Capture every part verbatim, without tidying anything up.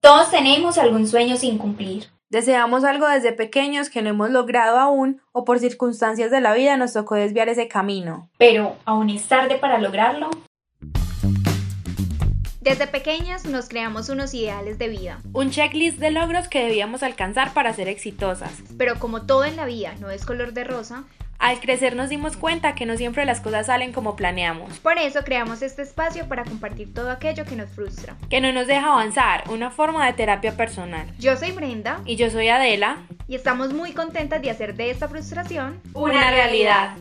Todos tenemos algún sueño sin cumplir. Deseamos algo desde pequeños que no hemos logrado aún o por circunstancias de la vida nos tocó desviar ese camino. Pero, ¿aún es tarde para lograrlo? Desde pequeñas nos creamos unos ideales de vida. Un checklist de logros que debíamos alcanzar para ser exitosas. Pero como todo en la vida no es color de rosa, al crecer nos dimos cuenta que no siempre las cosas salen como planeamos. Por eso creamos este espacio para compartir todo aquello que nos frustra, que no nos deja avanzar, una forma de terapia personal. Yo soy Brenda y yo soy Adela y estamos muy contentas de hacer de esta frustración una realidad.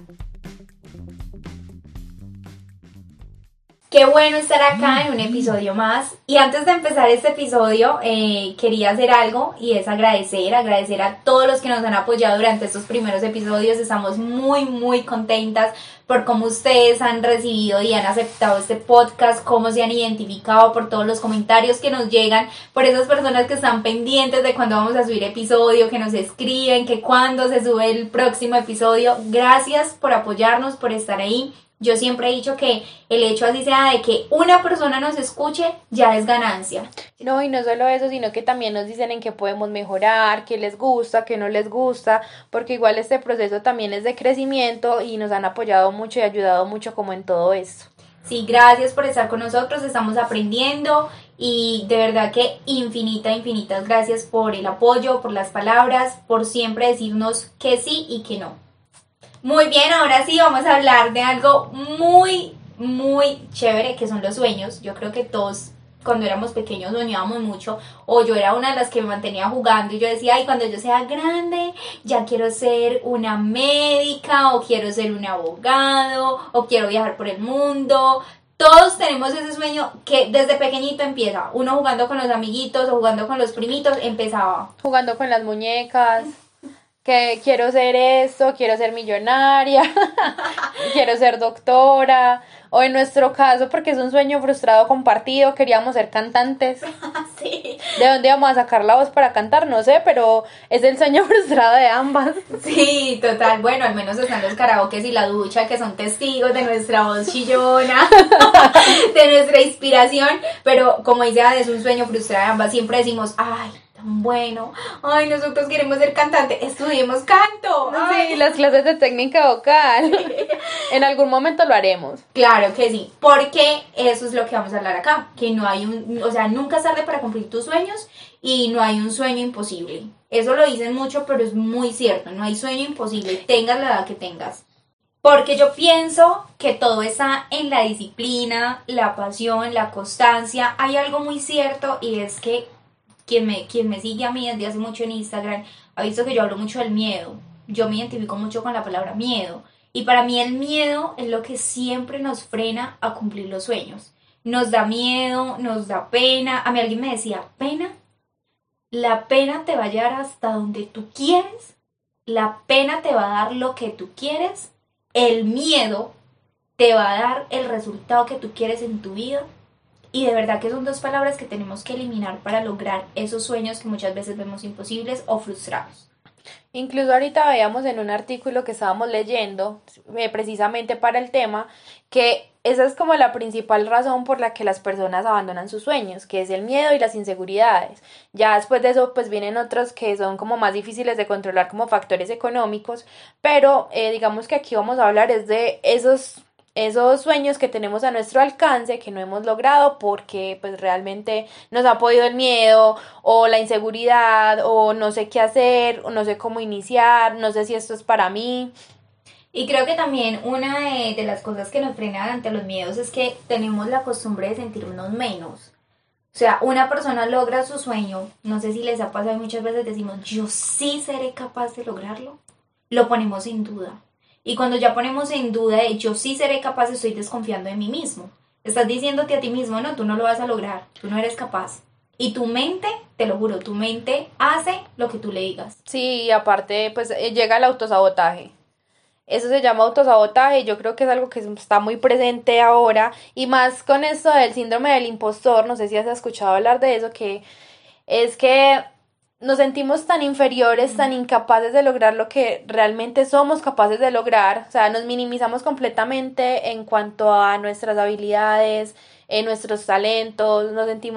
Qué bueno estar acá en un episodio más. Y antes de empezar este episodio, eh, quería hacer algo y es agradecer, agradecer a todos los que nos han apoyado durante estos primeros episodios. Estamos muy, muy contentas por cómo ustedes han recibido y han aceptado este podcast, cómo se han identificado, por todos los comentarios que nos llegan, por esas personas que están pendientes de cuándo vamos a subir episodio, que nos escriben, que cuándo se sube el próximo episodio. Gracias por apoyarnos, por estar ahí. Yo siempre he dicho que el hecho así sea de que una persona nos escuche ya es ganancia. No, y no solo eso, sino que también nos dicen en qué podemos mejorar, qué les gusta, qué no les gusta, porque igual este proceso también es de crecimiento y nos han apoyado mucho y ayudado mucho como en todo esto. Sí, gracias por estar con nosotros, estamos aprendiendo y de verdad que infinita, infinitas gracias por el apoyo, por las palabras, por siempre decirnos que sí y que no. Muy bien, ahora sí vamos a hablar de algo muy, muy chévere que son los sueños. Yo creo que todos cuando éramos pequeños soñábamos mucho, o yo era una de las que me mantenía jugando y yo decía, ay, cuando yo sea grande ya quiero ser una médica o quiero ser un abogado o quiero viajar por el mundo. Todos tenemos ese sueño que desde pequeñito empieza, uno jugando con los amiguitos o jugando con los primitos, empezaba. Jugando con las muñecas. Que quiero ser esto, quiero ser millonaria, quiero ser doctora, o en nuestro caso, porque es un sueño frustrado compartido, queríamos ser cantantes. Sí. ¿De dónde vamos a sacar la voz para cantar? No sé, pero es el sueño frustrado de ambas. Sí, total, bueno, al menos están los karaokes y la ducha que son testigos de nuestra voz chillona, de nuestra inspiración, pero como dice Ada, es un sueño frustrado de ambas, siempre decimos, ay, tan bueno, ay, nosotros queremos ser cantantes, estudiemos canto. Ay. Sí, las clases de técnica vocal. Sí. En algún momento lo haremos. Claro que sí, porque eso es lo que vamos a hablar acá, que no hay un, o sea, nunca es tarde para cumplir tus sueños y no hay un sueño imposible. Eso lo dicen mucho, pero es muy cierto, no hay sueño imposible, tengas la edad que tengas. Porque yo pienso que todo está en la disciplina, la pasión, la constancia. Hay algo muy cierto y es que Quien me, quien me sigue a mí desde hace mucho en Instagram ha visto que yo hablo mucho del miedo. Yo me identifico mucho con la palabra miedo. Y para mí el miedo es lo que siempre nos frena a cumplir los sueños. Nos da miedo, nos da pena. A mí alguien me decía, ¿pena? La pena te va a llevar hasta donde tú quieres. La pena te va a dar lo que tú quieres. El miedo te va a dar el resultado que tú quieres en tu vida. Y de verdad que son dos palabras que tenemos que eliminar para lograr esos sueños que muchas veces vemos imposibles o frustrados. Incluso ahorita veíamos en un artículo que estábamos leyendo, eh, precisamente para el tema, que esa es como la principal razón por la que las personas abandonan sus sueños, que es el miedo y las inseguridades. Ya después de eso pues vienen otros que son como más difíciles de controlar, como factores económicos, pero eh, digamos que aquí vamos a hablar es de esos esos sueños que tenemos a nuestro alcance, que no hemos logrado porque pues realmente nos ha podido el miedo o la inseguridad o no sé qué hacer o no sé cómo iniciar, no sé si esto es para mí. Y creo que también una de, de las cosas que nos frenan ante los miedos es que tenemos la costumbre de sentirnos menos. O sea, una persona logra su sueño, no sé si les ha pasado, muchas veces decimos, yo sí seré capaz de lograrlo, lo ponemos en duda. Y cuando ya ponemos en duda de yo sí seré capaz, estoy desconfiando de mí mismo. Estás diciéndote a ti mismo, no, tú no lo vas a lograr, tú no eres capaz. Y tu mente, te lo juro, tu mente hace lo que tú le digas. Sí, y aparte, pues llega el autosabotaje. Eso se llama autosabotaje y yo creo que es algo que está muy presente ahora. Y más con esto del síndrome del impostor, no sé si has escuchado hablar de eso, que es que nos sentimos tan inferiores, tan incapaces de lograr lo que realmente somos capaces de lograr. O sea, nos minimizamos completamente en cuanto a nuestras habilidades, en nuestros talentos. Nos sentimos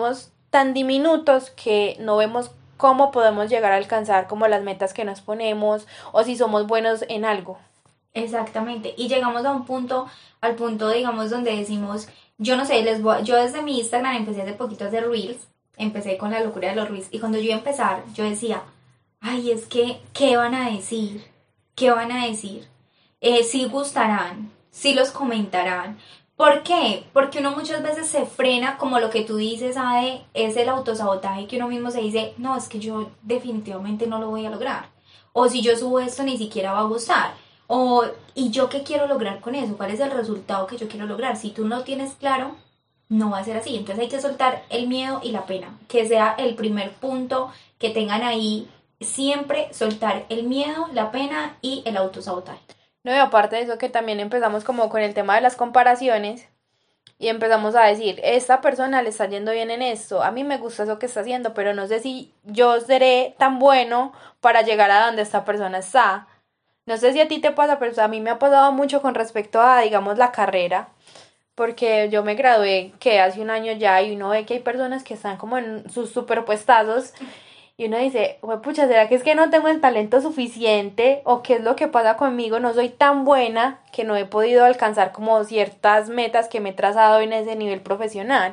tan diminutos que no vemos cómo podemos llegar a alcanzar como las metas que nos ponemos o si somos buenos en algo. Exactamente, y llegamos a un punto, al punto, digamos, donde decimos, yo no sé, les voy, yo desde mi Instagram empecé hace poquito a hacer reels, empecé con la locura de los reels, y cuando yo iba a empezar, yo decía, ay, es que, ¿qué van a decir? ¿Qué van a decir? Eh, sí gustarán, sí los comentarán. ¿Por qué? Porque uno muchas veces se frena, como lo que tú dices, Ade, es el autosabotaje que uno mismo se dice, no, es que yo definitivamente no lo voy a lograr, o si yo subo esto ni siquiera va a gustar. O, ¿y yo qué quiero lograr con eso? ¿Cuál es el resultado que yo quiero lograr? Si tú no tienes claro, no va a ser así. Entonces hay que soltar el miedo y la pena. Que sea el primer punto que tengan ahí. Siempre soltar el miedo, la pena y el autosabotaje. No, y aparte de eso que también empezamos como con el tema de las comparaciones y empezamos a decir, esta persona le está yendo bien en esto, a mí me gusta eso que está haciendo, pero no sé si yo seré tan bueno para llegar a donde esta persona está. No sé si a ti te pasa, pero a mí me ha pasado mucho con respecto a, digamos, la carrera, porque yo me gradué, que hace un año ya, y uno ve que hay personas que están como en sus superpuestazos, y uno dice, pucha, ¿será que es que no tengo el talento suficiente? ¿O qué es lo que pasa conmigo? No soy tan buena que no he podido alcanzar como ciertas metas que me he trazado en ese nivel profesional.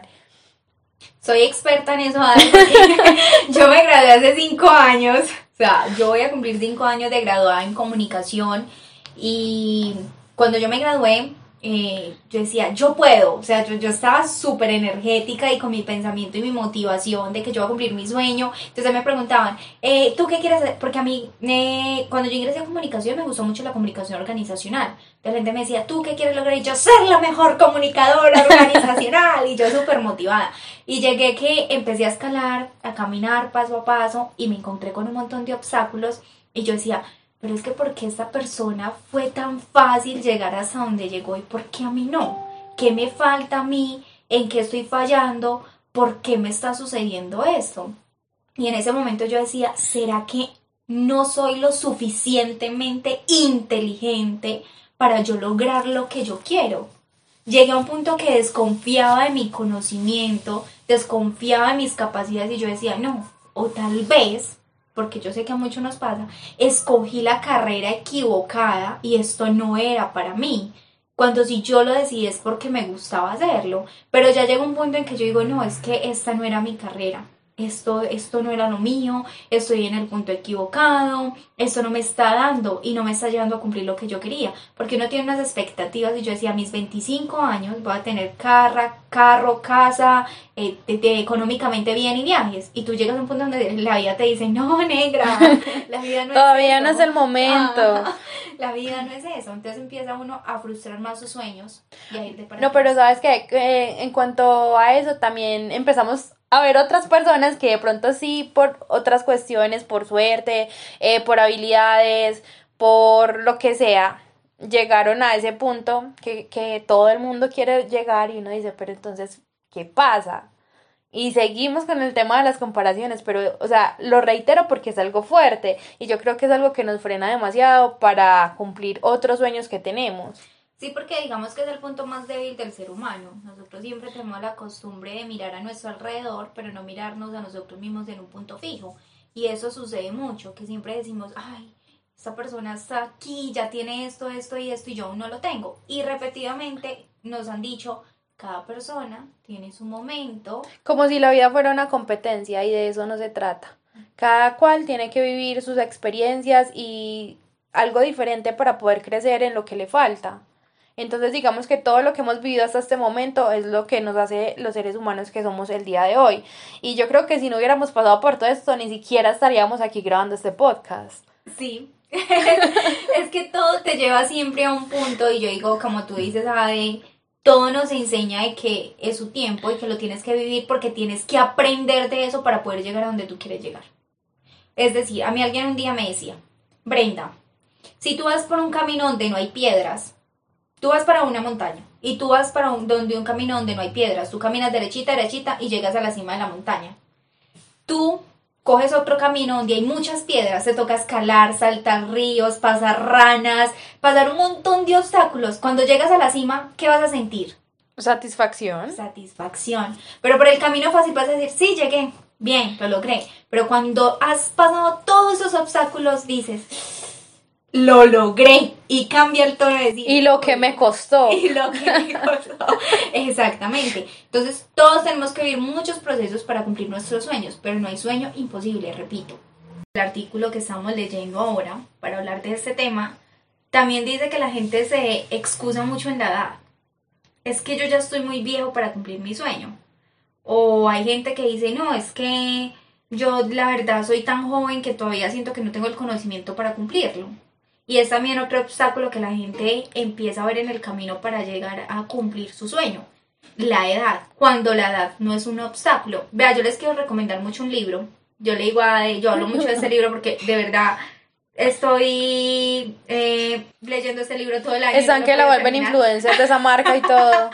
Soy experta en eso, Adri, porque yo me gradué hace cinco años. O sea, yo voy a cumplir cinco años de graduada en comunicación y cuando yo me gradué, eh, yo decía, yo puedo. O sea, yo, yo estaba súper energética y con mi pensamiento y mi motivación de que yo voy a cumplir mi sueño. Entonces me preguntaban, eh, ¿tú qué quieres hacer? Porque a mí, eh, cuando yo ingresé en comunicación, me gustó mucho la comunicación organizacional. La gente me decía, ¿tú qué quieres lograr? Y yo, ser la mejor comunicadora organizacional. Y yo súper motivada. Y llegué que empecé a escalar, a caminar paso a paso y me encontré con un montón de obstáculos y yo decía, pero es que ¿por qué esta persona fue tan fácil llegar hasta donde llegó y por qué a mí no? ¿Qué me falta a mí? ¿En qué estoy fallando? ¿Por qué me está sucediendo esto? Y en ese momento yo decía, ¿será que no soy lo suficientemente inteligente para yo lograr lo que yo quiero? Llegué a un punto que desconfiaba de mi conocimiento, desconfiaba de mis capacidades y yo decía, no, o tal vez, porque yo sé que a muchos nos pasa, escogí la carrera equivocada y esto no era para mí. Cuando si yo lo decidí es porque me gustaba hacerlo, pero ya llega un punto en que yo digo, no, es que esta no era mi carrera. Esto, esto no era lo mío, estoy en el punto equivocado, esto no me está dando y no me está llevando a cumplir lo que yo quería, porque uno tiene unas expectativas y yo decía, a mis veinticinco años voy a tener carra, carro, casa, eh, de, de, económicamente bien y viajes, y tú llegas a un punto donde la vida te dice, no, negra, la vida no es Todavía eso. no es el momento. Ah, la vida no es eso, entonces empieza uno a frustrar más sus sueños y a irte para No, atrás. pero sabes que eh, en cuanto a eso también empezamos a ver otras personas que de pronto sí por otras cuestiones, por suerte, eh, por habilidades, por lo que sea, llegaron a ese punto que, que todo el mundo quiere llegar y uno dice, pero entonces, ¿qué pasa? Y seguimos con el tema de las comparaciones, pero, o sea, lo reitero porque es algo fuerte y yo creo que es algo que nos frena demasiado para cumplir otros sueños que tenemos. Sí, porque digamos que es el punto más débil del ser humano. Nosotros siempre tenemos la costumbre de mirar a nuestro alrededor, pero no mirarnos a nosotros mismos en un punto fijo. Y eso sucede mucho, que siempre decimos, ay, esta persona está aquí, ya tiene esto, esto y esto, y yo aún no lo tengo. Y repetidamente nos han dicho, cada persona tiene su momento. Como si la vida fuera una competencia y de eso no se trata. Cada cual tiene que vivir sus experiencias y algo diferente para poder crecer en lo que le falta. Entonces digamos que todo lo que hemos vivido hasta este momento es lo que nos hace los seres humanos que somos el día de hoy. Y yo creo que si no hubiéramos pasado por todo esto, ni siquiera estaríamos aquí grabando este podcast. Sí, es que todo te lleva siempre a un punto y yo digo, como tú dices, Ade, todo nos enseña de que es su tiempo y que lo tienes que vivir porque tienes que aprender de eso para poder llegar a donde tú quieres llegar. Es decir, a mí alguien un día me decía, Brenda, si tú vas por un camino donde no hay piedras, tú vas para una montaña y tú vas para un, donde un camino donde no hay piedras, tú caminas derechita, derechita y llegas a la cima de la montaña. Tú coges otro camino donde hay muchas piedras, te toca escalar, saltar ríos, pasar ranas, pasar un montón de obstáculos. Cuando llegas a la cima, ¿qué vas a sentir? Satisfacción. Satisfacción. Pero por el camino fácil vas a decir, sí, llegué, bien, lo logré. Pero cuando has pasado todos esos obstáculos, dices, lo logré. Y cambia el tono de decir. Y lo que me costó. Y lo que me costó. Exactamente. Entonces, todos tenemos que vivir muchos procesos para cumplir nuestros sueños, pero no hay sueño imposible, repito. El artículo que estamos leyendo ahora, para hablar de este tema, también dice que la gente se excusa mucho en la edad. Es que yo ya estoy muy viejo para cumplir mi sueño. O hay gente que dice, no, es que yo la verdad soy tan joven que todavía siento que no tengo el conocimiento para cumplirlo. Y es también otro obstáculo que la gente empieza a ver en el camino para llegar a cumplir su sueño. La edad, cuando la edad no es un obstáculo. Vea, yo les quiero recomendar mucho un libro. Yo le digo a, yo hablo mucho de este libro porque de verdad estoy eh, leyendo este libro todo el año. Están no que la vuelven terminar. influencers de esa marca y todo.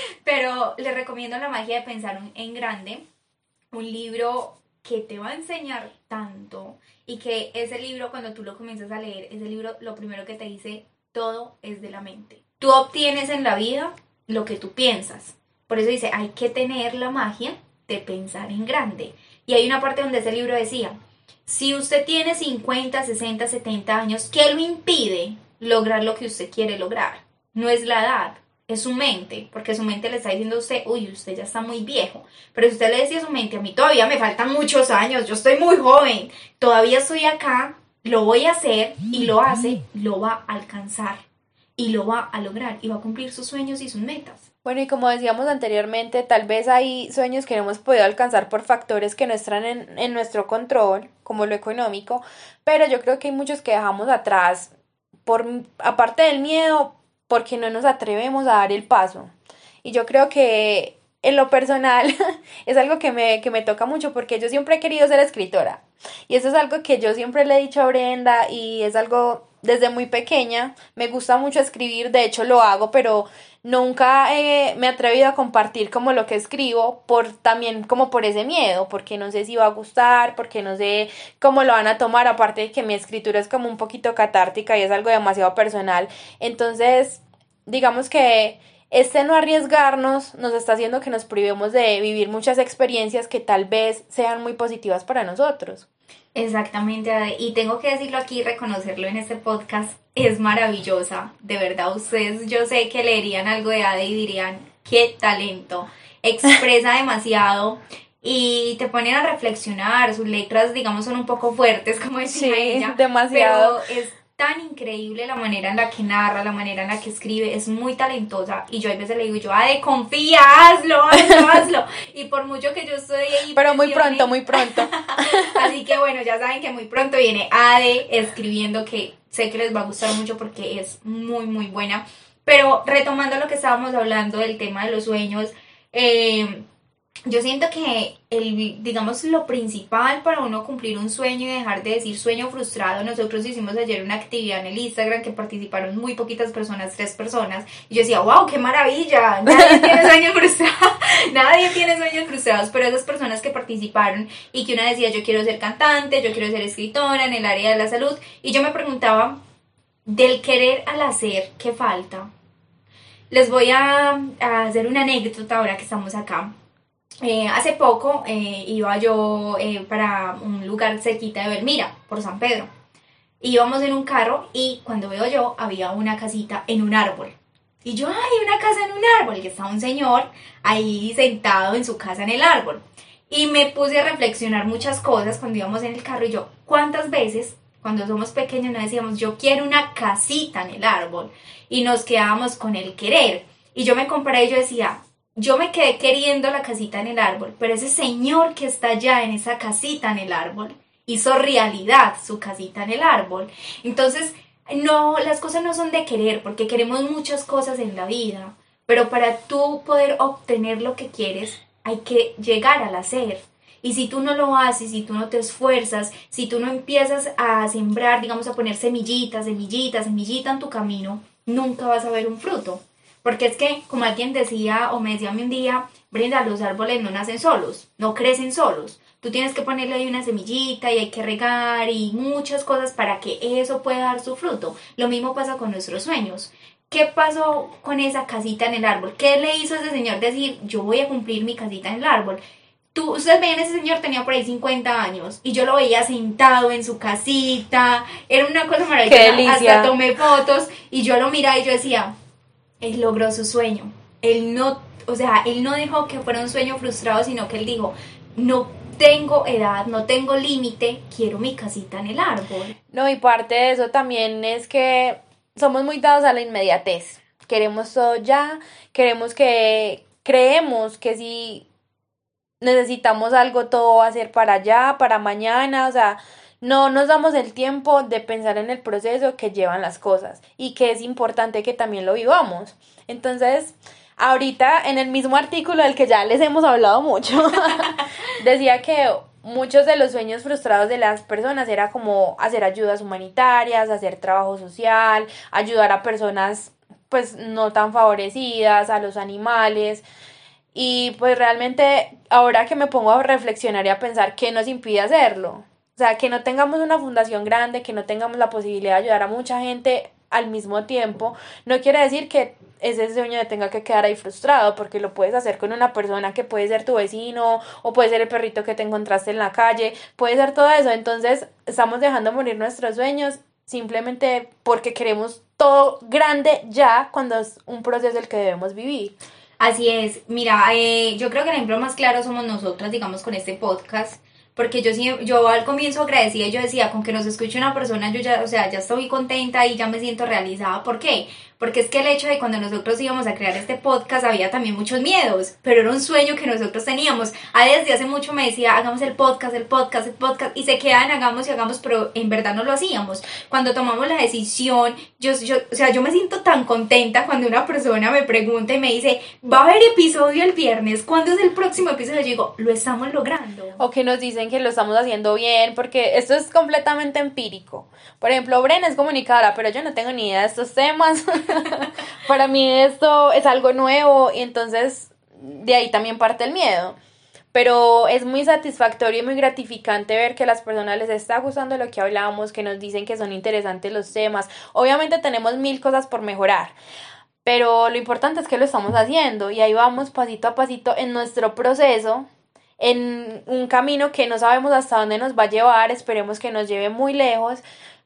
Pero les recomiendo La magia de pensar en grande. Un libro que te va a enseñar tanto. Y que ese libro, cuando tú lo comienzas a leer, ese libro lo primero que te dice, todo es de la mente. Tú obtienes en la vida lo que tú piensas. Por eso dice, hay que tener la magia de pensar en grande. Y hay una parte donde ese libro decía, si usted tiene cincuenta, sesenta, setenta años, ¿qué lo impide lograr lo que usted quiere lograr? No es la edad, es su mente, porque su mente le está diciendo a usted, uy, usted ya está muy viejo. Pero si usted le decía a su mente, a mí todavía me faltan muchos años, yo estoy muy joven, todavía estoy acá, lo voy a hacer, y lo hace, lo va a alcanzar, y lo va a lograr, y va a cumplir sus sueños y sus metas. Bueno, y como decíamos anteriormente, tal vez hay sueños que no hemos podido alcanzar por factores que no están en, en nuestro control, como lo económico, pero yo creo que hay muchos que dejamos atrás, por aparte del miedo, porque no nos atrevemos a dar el paso. Y yo creo que en lo personal es algo que me, que me toca mucho, porque yo siempre he querido ser escritora. Y eso es algo que yo siempre le he dicho a Brenda, y es algo desde muy pequeña. Me gusta mucho escribir, de hecho lo hago, pero nunca eh, me he atrevido a compartir como lo que escribo, por también como por ese miedo, porque no sé si va a gustar, porque no sé cómo lo van a tomar, aparte de que mi escritura es como un poquito catártica y es algo demasiado personal. Entonces, digamos que este no arriesgarnos nos está haciendo que nos privemos de vivir muchas experiencias que tal vez sean muy positivas para nosotros. Exactamente, Ade. Y tengo que decirlo aquí y reconocerlo en este podcast, es maravillosa, de verdad. Ustedes, yo sé que leerían algo de Ade y dirían, qué talento, expresa demasiado y te ponen a reflexionar. Sus letras, digamos, son un poco fuertes, como decía sí, ella, demasiado. pero es tan increíble la manera en la que narra, la manera en la que escribe, es muy talentosa. Y yo a veces le digo, yo, Ade, confía, hazlo, hazlo, hazlo. Y por mucho que yo estoy ahí, pero muy pronto, muy pronto. Así que bueno, ya saben que muy pronto viene Ade escribiendo, que sé que les va a gustar mucho porque es muy, muy buena. Pero retomando lo que estábamos hablando del tema de los sueños, eh, yo siento que el, digamos, lo principal para uno cumplir un sueño y dejar de decir sueño frustrado. Nosotros hicimos ayer una actividad en el Instagram que participaron muy poquitas personas, tres personas, y yo decía, wow, qué maravilla, nadie tiene sueños frustrados, nadie tiene sueños frustrados, pero esas personas que participaron y que una decía, yo quiero ser cantante, yo quiero ser escritora en el área de la salud, y yo me preguntaba, del querer al hacer, ¿qué falta? Les voy a, a hacer una anécdota ahora que estamos acá. Eh, hace poco eh, iba yo eh, para un lugar cerquita de Belmira, por San Pedro. Íbamos en un carro y cuando veo yo, había una casita en un árbol. Y yo, ¡ay, una casa en un árbol! Y estaba un señor ahí sentado en su casa en el árbol. Y me puse a reflexionar muchas cosas cuando íbamos en el carro. Y yo, ¿cuántas veces cuando somos pequeños nos decíamos, yo quiero una casita en el árbol? Y nos quedábamos con el querer. Y yo me comparé y yo decía, yo me quedé queriendo la casita en el árbol, pero ese señor que está allá en esa casita en el árbol hizo realidad su casita en el árbol. Entonces, no, las cosas no son de querer, porque queremos muchas cosas en la vida, pero para tú poder obtener lo que quieres, hay que llegar al hacer. Y si tú no lo haces, si tú no te esfuerzas, si tú no empiezas a sembrar, digamos, a poner semillitas, semillitas, semillita en tu camino, nunca vas a ver un fruto. Porque es que, como alguien decía, o me decía a mí un día, Brenda, los árboles no nacen solos, no crecen solos. Tú tienes que ponerle ahí una semillita y hay que regar y muchas cosas para que eso pueda dar su fruto. Lo mismo pasa con nuestros sueños. ¿qué pasó con esa casita en el árbol? ¿Qué le hizo a ese señor decir, yo voy a cumplir mi casita en el árbol? Tú, ustedes veían, ese señor tenía por ahí cincuenta años y yo lo veía sentado en su casita, era una cosa maravillosa. ¡Qué delicia! Hasta tomé fotos y yo lo miraba y yo decía, él logró su sueño, él no, o sea, él no dejó que fuera un sueño frustrado, sino que él dijo, no tengo edad, no tengo límite, quiero mi casita en el árbol. No, y parte de eso también es que somos muy dados a la inmediatez, queremos todo ya, queremos que, creemos que si necesitamos algo, todo va a ser para allá, para mañana, o sea, no nos damos el tiempo de pensar en el proceso que llevan las cosas y que es importante que también lo vivamos. Entonces, ahorita en el mismo artículo del que ya les hemos hablado mucho, decía que muchos de los sueños frustrados de las personas era como hacer ayudas humanitarias, hacer trabajo social, ayudar a personas pues no tan favorecidas, a los animales. Y pues realmente ahora que me pongo a reflexionar y a pensar qué nos impide hacerlo, o sea, que no tengamos una fundación grande, que no tengamos la posibilidad de ayudar a mucha gente al mismo tiempo, no quiere decir que ese sueño tenga que quedar ahí frustrado, porque lo puedes hacer con una persona que puede ser tu vecino, o puede ser el perrito que te encontraste en la calle, puede ser todo eso. Entonces estamos dejando morir nuestros sueños simplemente porque queremos todo grande ya, cuando es un proceso el que debemos vivir. Así es, mira, eh, yo creo que el ejemplo más claro somos nosotras, digamos, con este podcast, porque yo sí, yo al comienzo agradecía, yo decía, con que nos escuche una persona, yo ya, o sea, ya estoy contenta y ya me siento realizada. ¿Por qué? Porque es que el hecho de cuando nosotros íbamos a crear este podcast había también muchos miedos, pero era un sueño que nosotros teníamos. A desde hace mucho me decía, hagamos el podcast, el podcast, el podcast, y se quedan, hagamos y hagamos, pero en verdad no lo hacíamos. Cuando tomamos la decisión, yo, yo, o sea, yo me siento tan contenta cuando una persona me pregunta y me dice, va a haber episodio el viernes, ¿cuándo es el próximo episodio? Yo digo, lo estamos logrando. O que nos dicen que lo estamos haciendo bien, porque esto es completamente empírico. Por ejemplo, Brena es comunicadora, pero yo no tengo ni idea de estos temas. Para mí esto es algo nuevo y entonces de ahí también parte el miedo. Pero es muy satisfactorio y muy gratificante ver que a las personas les está gustando lo que hablamos, que nos dicen que son interesantes los temas. Obviamente tenemos mil cosas por mejorar, pero lo importante es que lo estamos haciendo y ahí vamos pasito a pasito en nuestro proceso, en un camino que no sabemos hasta dónde nos va a llevar, esperemos que nos lleve muy lejos,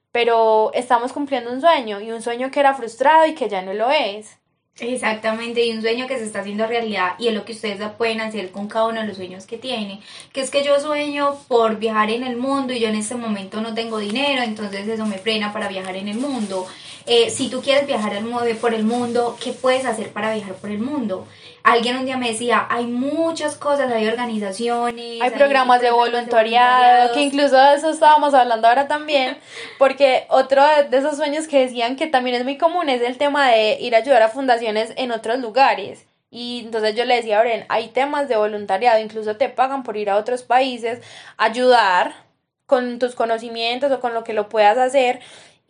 pero estamos cumpliendo un sueño, y un sueño que era frustrado y que ya no lo es. Exactamente, y un sueño que se está haciendo realidad, y es lo que ustedes pueden hacer con cada uno de los sueños que tienen, que es que yo sueño por viajar en el mundo y yo en este momento no tengo dinero, entonces eso me frena para viajar en el mundo. Eh, si tú quieres viajar por el mundo, ¿qué puedes hacer para viajar por el mundo? Alguien un día me decía, hay muchas cosas, hay organizaciones, hay programas de voluntariado, que incluso de eso estábamos hablando ahora también, porque otro de esos sueños que decían que también es muy común es el tema de ir a ayudar a fundaciones en otros lugares. Y entonces yo le decía a Bren, hay temas de voluntariado, incluso te pagan por ir a otros países, ayudar con tus conocimientos o con lo que lo puedas hacer.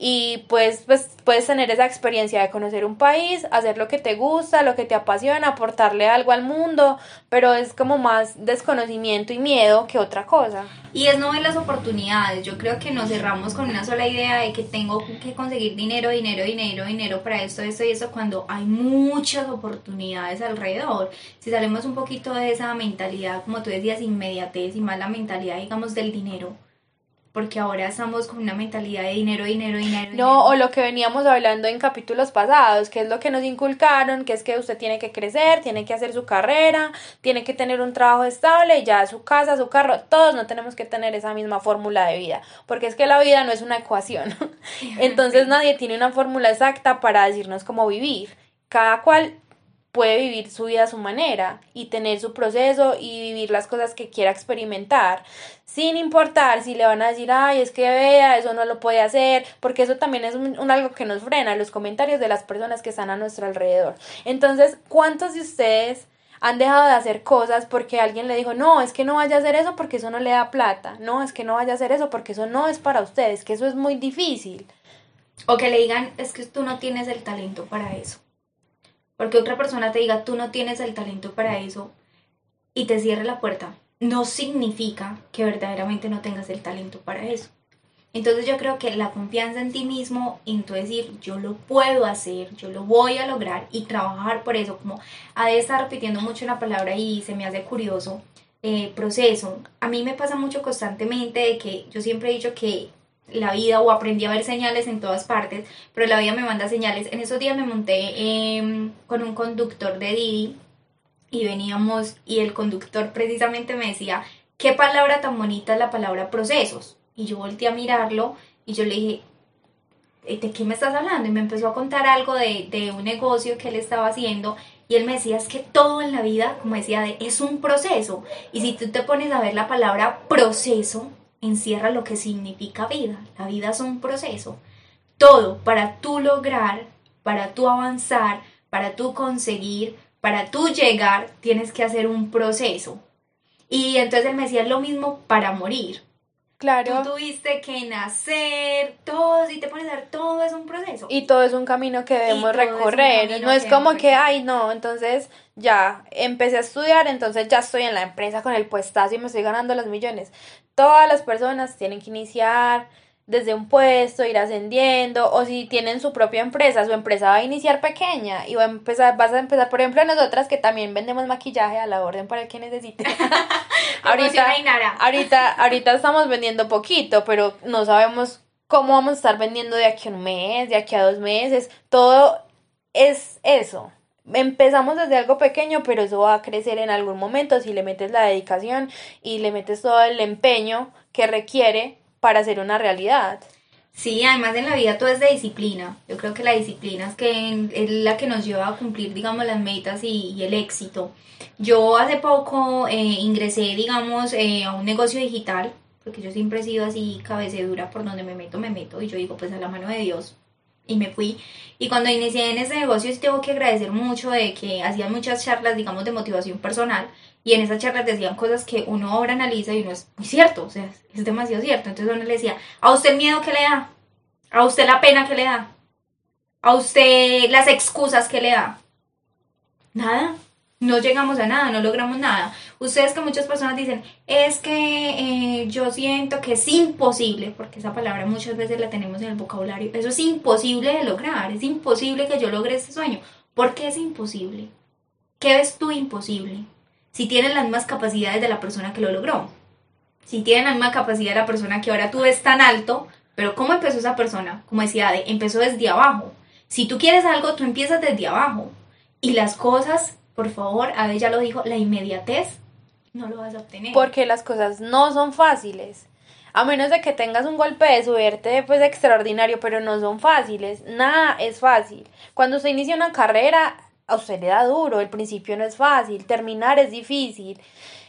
Y pues, pues puedes tener esa experiencia de conocer un país, hacer lo que te gusta, lo que te apasiona, aportarle algo al mundo, pero es como más desconocimiento y miedo que otra cosa. Y es no ver las oportunidades. Yo creo que nos cerramos con una sola idea de que tengo que conseguir dinero, dinero, dinero, dinero para esto, esto y eso, cuando hay muchas oportunidades alrededor. Si salimos un poquito de esa mentalidad, como tú decías, inmediatez, y más la mentalidad, digamos, del dinero, porque ahora estamos con una mentalidad de dinero, dinero, dinero. No, dinero. O lo que veníamos hablando en capítulos pasados, que es lo que nos inculcaron, que es que usted tiene que crecer, tiene que hacer su carrera, tiene que tener un trabajo estable, y ya su casa, su carro, todos no tenemos que tener esa misma fórmula de vida, porque es que la vida no es una ecuación. Entonces nadie tiene una fórmula exacta para decirnos cómo vivir. Cada cual puede vivir su vida a su manera y tener su proceso y vivir las cosas que quiera experimentar, sin importar si le van a decir, ay, es que vea, eso no lo puede hacer, porque eso también es un, un algo que nos frena, los comentarios de las personas que están a nuestro alrededor. Entonces, ¿cuántos de ustedes han dejado de hacer cosas porque alguien le dijo, no, es que no vaya a hacer eso porque eso no le da plata, no, es que no vaya a hacer eso porque eso no es para ustedes, que eso es muy difícil? O que le digan, es que tú no tienes el talento para eso. Porque otra persona te diga, tú no tienes el talento para eso, y te cierre la puerta, no significa que verdaderamente no tengas el talento para eso. Entonces yo creo que la confianza en ti mismo, en tu decir, yo lo puedo hacer, yo lo voy a lograr y trabajar por eso, como a de estar repitiendo mucho la palabra y se me hace curioso, eh, proceso. A mí me pasa mucho constantemente de que yo siempre he dicho que la vida o aprendí a ver señales en todas partes, pero la vida me manda señales. En esos días me monté eh, con un conductor de Didi y veníamos y el conductor precisamente me decía, ¿qué palabra tan bonita es la palabra procesos? Y yo volteé a mirarlo y yo le dije, ¿de qué me estás hablando? Y me empezó a contar algo de, de un negocio que él estaba haciendo y él me decía, es que todo en la vida, como decía, de, es un proceso. Y si tú te pones a ver la palabra proceso, encierra lo que significa vida. La vida es un proceso. Todo para tú lograr, para tú avanzar, para tú conseguir, para tú llegar, tienes que hacer un proceso. Y entonces él me decía, es lo mismo para morir. Claro. Tú tuviste que nacer, todo, si te pones a ver, todo es un proceso. Y todo es un camino que debemos recorrer. Es no es como que, ay, no, entonces ya empecé a estudiar, entonces ya estoy en la empresa con el puestazo y me estoy ganando los millones. Todas las personas tienen que iniciar desde un puesto, ir ascendiendo, o si tienen su propia empresa, su empresa va a iniciar pequeña y va a empezar, vas a empezar, por ejemplo, nosotras que también vendemos maquillaje a la orden para el que necesite. ahorita, ahorita, ahorita estamos vendiendo poquito, pero no sabemos cómo vamos a estar vendiendo de aquí a un mes, de aquí a dos meses, todo es eso. Empezamos desde algo pequeño, pero eso va a crecer en algún momento si le metes la dedicación y le metes todo el empeño que requiere para hacer una realidad. Sí, además en la vida todo es de disciplina. Yo creo que la disciplina es, que es la que nos lleva a cumplir, digamos, las metas y, y el éxito. Yo hace poco eh, ingresé, digamos, eh, a un negocio digital, porque yo siempre he sido así cabecedura, por donde me meto, me meto, y yo digo, pues a la mano de Dios. Y me fui. Y cuando inicié en ese negocio, sí tengo que agradecer mucho de que hacían muchas charlas, digamos, de motivación personal. Y en esas charlas decían cosas que uno ahora analiza y uno es muy cierto, o sea, es demasiado cierto. Entonces uno le decía, ¿a usted el miedo qué le da? ¿A usted la pena qué le da? ¿A usted las excusas qué le da? Nada. No llegamos a nada, no logramos nada. Ustedes que muchas personas dicen, es que eh, yo siento que es imposible, porque esa palabra muchas veces la tenemos en el vocabulario, eso es imposible de lograr, es imposible que yo logre este sueño. ¿Por qué es imposible? ¿Qué ves tú imposible? Si tienen las mismas capacidades de la persona que lo logró. Si tienen la misma capacidad de la persona que ahora tú ves tan alto, pero ¿cómo empezó esa persona? Como decía Ade, empezó desde abajo. Si tú quieres algo, tú empiezas desde abajo. Y las cosas, por favor, Ade ya lo dijo, la inmediatez no lo vas a obtener. Porque las cosas no son fáciles. A menos de que tengas un golpe de suerte, pues extraordinario, pero no son fáciles. Nada es fácil. Cuando usted inicia una carrera, a usted le da duro, el principio no es fácil, terminar es difícil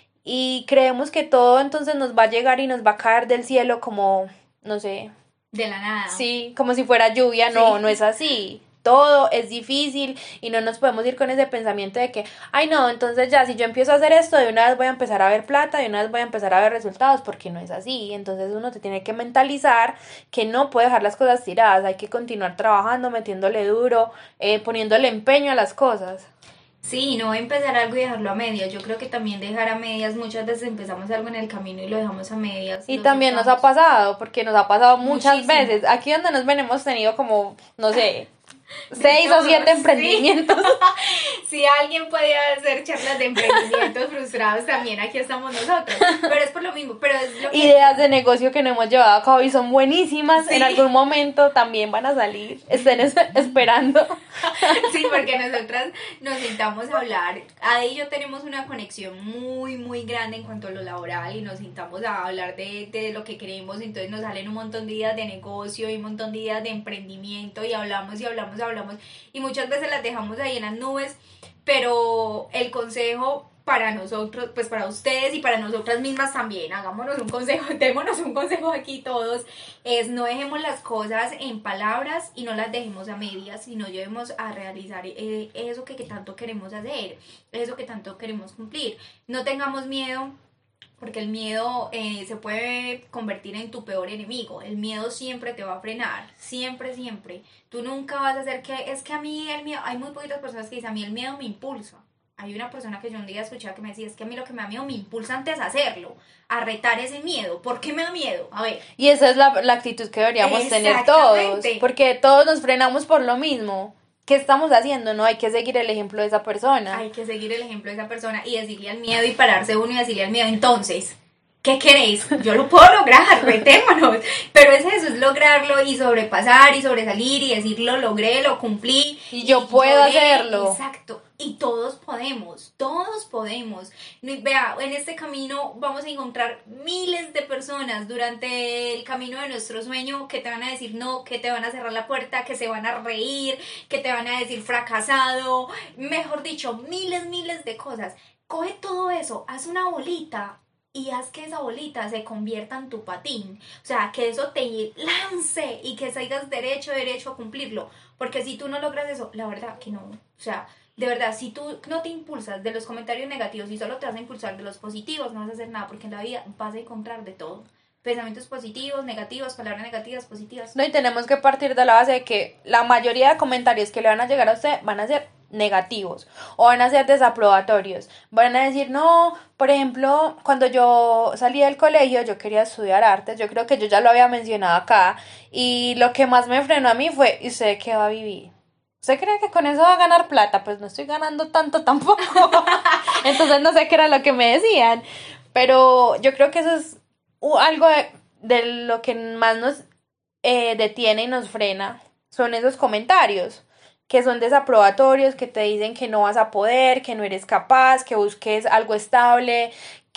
y creemos que todo entonces nos va a llegar y nos va a caer del cielo como, no sé. De la nada. Sí, como si fuera lluvia, no, sí. No es así. Todo es difícil y no nos podemos ir con ese pensamiento de que, ay no, entonces ya si yo empiezo a hacer esto, de una vez voy a empezar a ver plata, de una vez voy a empezar a ver resultados, porque no es así. Entonces uno se tiene que mentalizar que no puede dejar las cosas tiradas, hay que continuar trabajando, metiéndole duro, eh, poniéndole empeño a las cosas. Sí, no empezar algo y dejarlo a medias. Yo creo que también dejar a medias, muchas veces empezamos algo en el camino y lo dejamos a medias. Y también nos ha pasado, porque nos ha pasado muchas Muchísimo. veces. Aquí donde nos ven hemos tenido como, no sé, seis o siete emprendimientos. Sí. Si alguien puede hacer charlas de emprendimientos frustrados, también aquí estamos nosotros. Pero es por lo mismo. Pero es lo que... Ideas de negocio que no hemos llevado a cabo y son buenísimas. Sí. En algún momento también van a salir. Estén es- esperando. Sí, porque nosotras nos sentamos a hablar. Ade y yo tenemos una conexión muy, muy grande en cuanto a lo laboral y nos sentamos a hablar de, de lo que queremos. Entonces nos salen un montón de ideas de negocio y un montón de ideas de emprendimiento y hablamos y hablamos hablamos y muchas veces las dejamos ahí en las nubes, pero el consejo para nosotros, pues para ustedes y para nosotras mismas también, hagámonos un consejo, démonos un consejo aquí todos, es no dejemos las cosas en palabras y no las dejemos a medias, sino llevemos a realizar eh, eso que, que tanto queremos hacer, eso que tanto queremos cumplir. No tengamos miedo, porque el miedo eh, se puede convertir en tu peor enemigo. El miedo siempre te va a frenar, siempre, siempre. Tú nunca vas a hacer que, es que a mí el miedo, hay muy poquitas personas que dicen, a mí el miedo me impulsa. Hay una persona que yo un día escuchaba que me decía, es que a mí lo que me da miedo me impulsa antes a hacerlo, a retar ese miedo. ¿Por qué me da miedo? A ver. Y esa es la, la actitud que deberíamos tener todos, porque todos nos frenamos por lo mismo. ¿Qué estamos haciendo? No, hay que seguir el ejemplo de esa persona. Hay que seguir el ejemplo de esa persona y decirle al miedo y pararse uno y decirle al miedo, entonces, ¿qué queréis? Yo lo puedo lograr, retémonos. Pero es eso, es lograrlo y sobrepasar y sobresalir y decir, lo logré, lo cumplí. Y yo y puedo lloré. hacerlo. Exacto. Y todos podemos, todos podemos. Vea, en este camino vamos a encontrar miles de personas durante el camino de nuestro sueño que te van a decir no, que te van a cerrar la puerta, que se van a reír, que te van a decir fracasado, mejor dicho, miles, miles de cosas. Coge todo eso, haz una bolita y haz que esa bolita se convierta en tu patín. O sea, que eso te lance y que salgas derecho, derecho a cumplirlo. Porque si tú no logras eso, la verdad que no. O sea, de verdad, si tú no te impulsas de los comentarios negativos y solo te vas a impulsar de los positivos, no vas a hacer nada, porque en la vida vas a encontrar de todo. Pensamientos positivos, negativos, palabras negativas, positivas. No, y tenemos que partir de la base de que la mayoría de comentarios que le van a llegar a usted van a ser negativos o van a ser desaprobatorios. Van a decir, no, por ejemplo, cuando yo salí del colegio yo quería estudiar artes, yo creo que yo ya lo había mencionado acá, y lo que más me frenó a mí fue, ¿y usted qué va a vivir? ¿Usted cree que con eso va a ganar plata? Pues no estoy ganando tanto tampoco. Entonces no sé qué era lo que me decían. Pero yo creo que eso es algo de, de lo que más nos eh, detiene y nos frena. Son esos comentarios que son desaprobatorios, que te dicen que no vas a poder, que no eres capaz, que busques algo estable,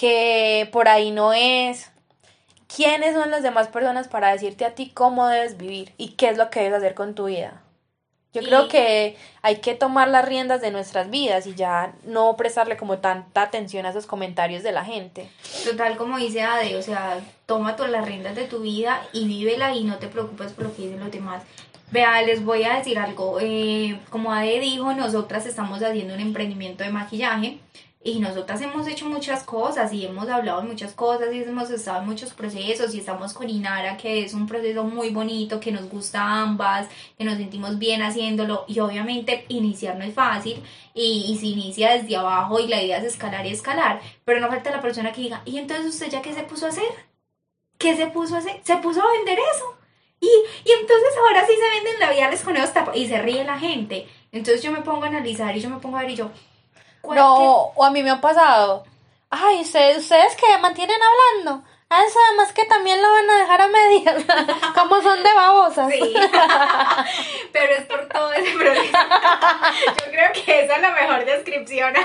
que por ahí no es. ¿Quiénes son las demás personas para decirte a ti cómo debes vivir y qué es lo que debes hacer con tu vida? Yo y... creo que hay que tomar las riendas de nuestras vidas y ya no prestarle como tanta atención a esos comentarios de la gente. Total, como dice Ade, o sea, toma todas las riendas de tu vida y vívela y no te preocupes por lo que dicen los demás. Vea, les voy a decir algo, eh, como Ade dijo, nosotras estamos haciendo un emprendimiento de maquillaje y nosotras hemos hecho muchas cosas y hemos hablado de muchas cosas y hemos estado en muchos procesos y estamos con Inara, que es un proceso muy bonito, que nos gusta a ambas, que nos sentimos bien haciéndolo, y obviamente iniciar no es fácil y, y se inicia desde abajo y la idea es escalar y escalar, pero no falta la persona que diga, ¿y entonces usted ya qué se puso a hacer? ¿Qué se puso a hacer? ¿Se puso a vender eso? Y, y entonces ahora sí se venden labiales con esos tapados y se ríe la gente. Entonces yo me pongo a analizar y yo me pongo a ver y yo... No, qué? O a mí me ha pasado. Ay, ¿ustedes, ustedes que mantienen hablando? Ah, eso además que también lo van a dejar a medias. Como son de babosas. Sí. Pero es por todo ese problema. Yo creo que esa es la mejor descripción.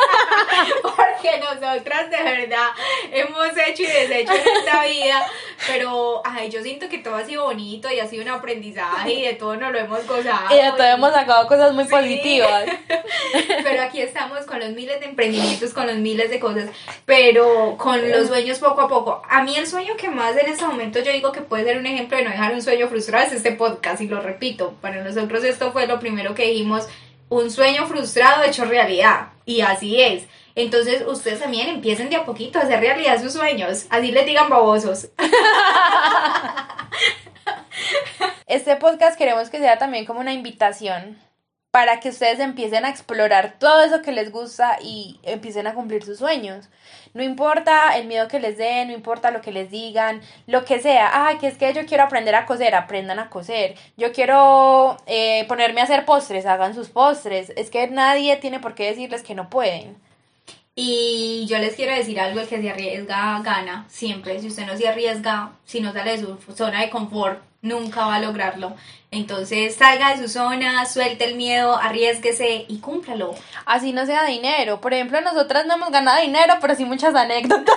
Porque nosotras de verdad hemos hecho y deshecho en esta vida. Pero ay, yo siento que todo ha sido bonito y ha sido un aprendizaje y de todo nos lo hemos gozado. Y de todo y... hemos sacado cosas muy sí. positivas. Pero aquí estamos con los miles de emprendimientos, con los miles de cosas, pero con los sueños poco a poco. A mí el sueño que más en este momento yo digo que puede ser un ejemplo de no dejar un sueño frustrado es este podcast, y lo repito, para nosotros esto fue lo primero que dijimos, un sueño frustrado hecho realidad, y así es. Entonces ustedes también empiecen de a poquito a hacer realidad sus sueños, así les digan babosos. Este podcast queremos que sea también como una invitación para que ustedes empiecen a explorar todo eso que les gusta y empiecen a cumplir sus sueños. No importa el miedo que les den, no importa lo que les digan, lo que sea. Ay, que es que yo quiero aprender a coser, aprendan a coser. Yo quiero eh, ponerme a hacer postres, hagan sus postres. Es que nadie tiene por qué decirles que no pueden. Y yo les quiero decir algo, el que se arriesga gana, siempre. Si usted no se arriesga, si no sale de su zona de confort, nunca va a lograrlo. Entonces salga de su zona, suelte el miedo, arriésguese y cúmplalo. Así no sea dinero. Por ejemplo, nosotras no hemos ganado dinero, pero sí muchas anécdotas.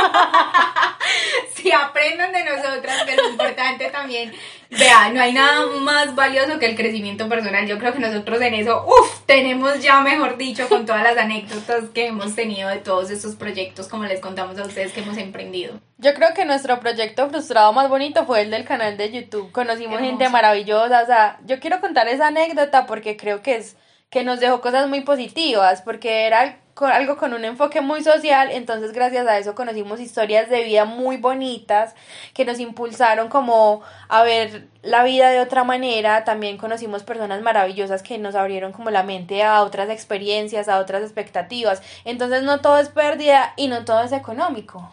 Sí, aprendan de nosotras, que lo importante también. Vea, no hay nada más valioso que el crecimiento personal. Yo creo que nosotros en eso, uff, tenemos ya, mejor dicho, con todas las anécdotas que hemos tenido de todos estos proyectos, como les contamos a ustedes que hemos emprendido. Yo creo que nuestro proyecto frustrado más bonito fue el del canal de YouTube. Conocimos Hermoso. gente maravillosa, o sea, yo quiero contar esa anécdota porque creo que es que nos dejó cosas muy positivas, porque era con algo con un enfoque muy social, entonces gracias a eso conocimos historias de vida muy bonitas que nos impulsaron como a ver la vida de otra manera. También conocimos personas maravillosas que nos abrieron como la mente a otras experiencias, a otras expectativas. Entonces no todo es pérdida y no todo es económico.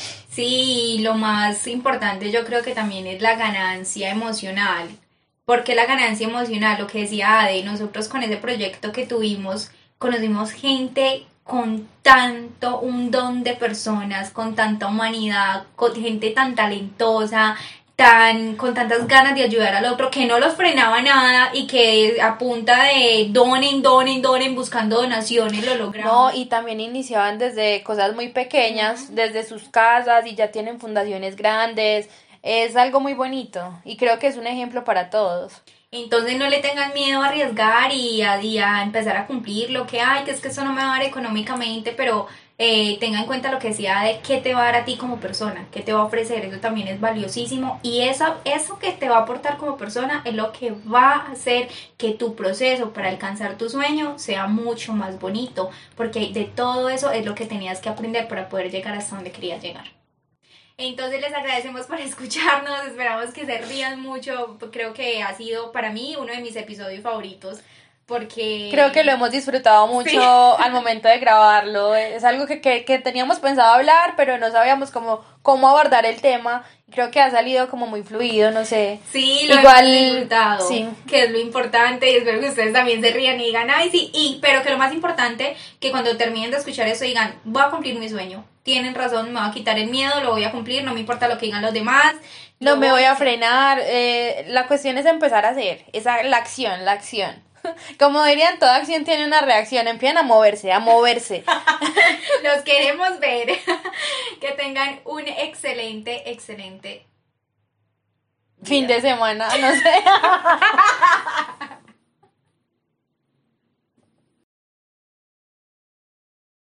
Sí, lo más importante yo creo que también es la ganancia emocional. Porque la ganancia emocional, lo que decía Ade, nosotros con ese proyecto que tuvimos, conocimos gente con tanto, un don de personas, con tanta humanidad, con gente tan talentosa, tan, con tantas ganas de ayudar al otro, que no los frenaba nada y que a punta de donen, donen, donen, buscando donaciones lo lograron. No, y también iniciaban desde cosas muy pequeñas, uh-huh. desde sus casas, y ya tienen fundaciones grandes. Es algo muy bonito y creo que es un ejemplo para todos. Entonces no le tengan miedo a arriesgar y a, y a empezar a cumplir lo que hay, que es que eso no me va a dar económicamente, pero eh, tenga en cuenta lo que decía de qué te va a dar a ti como persona, qué te va a ofrecer, eso también es valiosísimo, y eso, eso que te va a aportar como persona es lo que va a hacer que tu proceso para alcanzar tu sueño sea mucho más bonito, porque de todo eso es lo que tenías que aprender para poder llegar hasta donde querías llegar. Entonces les agradecemos por escucharnos, esperamos que se rían mucho, creo que ha sido para mí uno de mis episodios favoritos, porque... Creo que lo hemos disfrutado mucho sí. al momento de grabarlo, es algo que, que, que teníamos pensado hablar, pero no sabíamos cómo, cómo abordar el tema, creo que ha salido como muy fluido, no sé. Sí, lo Igual, hemos disfrutado, sí. que es lo importante, y espero que ustedes también se rían y digan, ay sí, y, pero que lo más importante, que cuando terminen de escuchar eso digan, voy a cumplir mi sueño. Tienen razón, me voy a quitar el miedo, lo voy a cumplir, no me importa lo que digan los demás. No me voy a frenar, eh, la cuestión es empezar a hacer, esa, la acción, la acción. Como dirían, toda acción tiene una reacción, empiezan a moverse, a moverse. Los queremos ver. Que tengan un excelente, excelente fin de semana, no sé.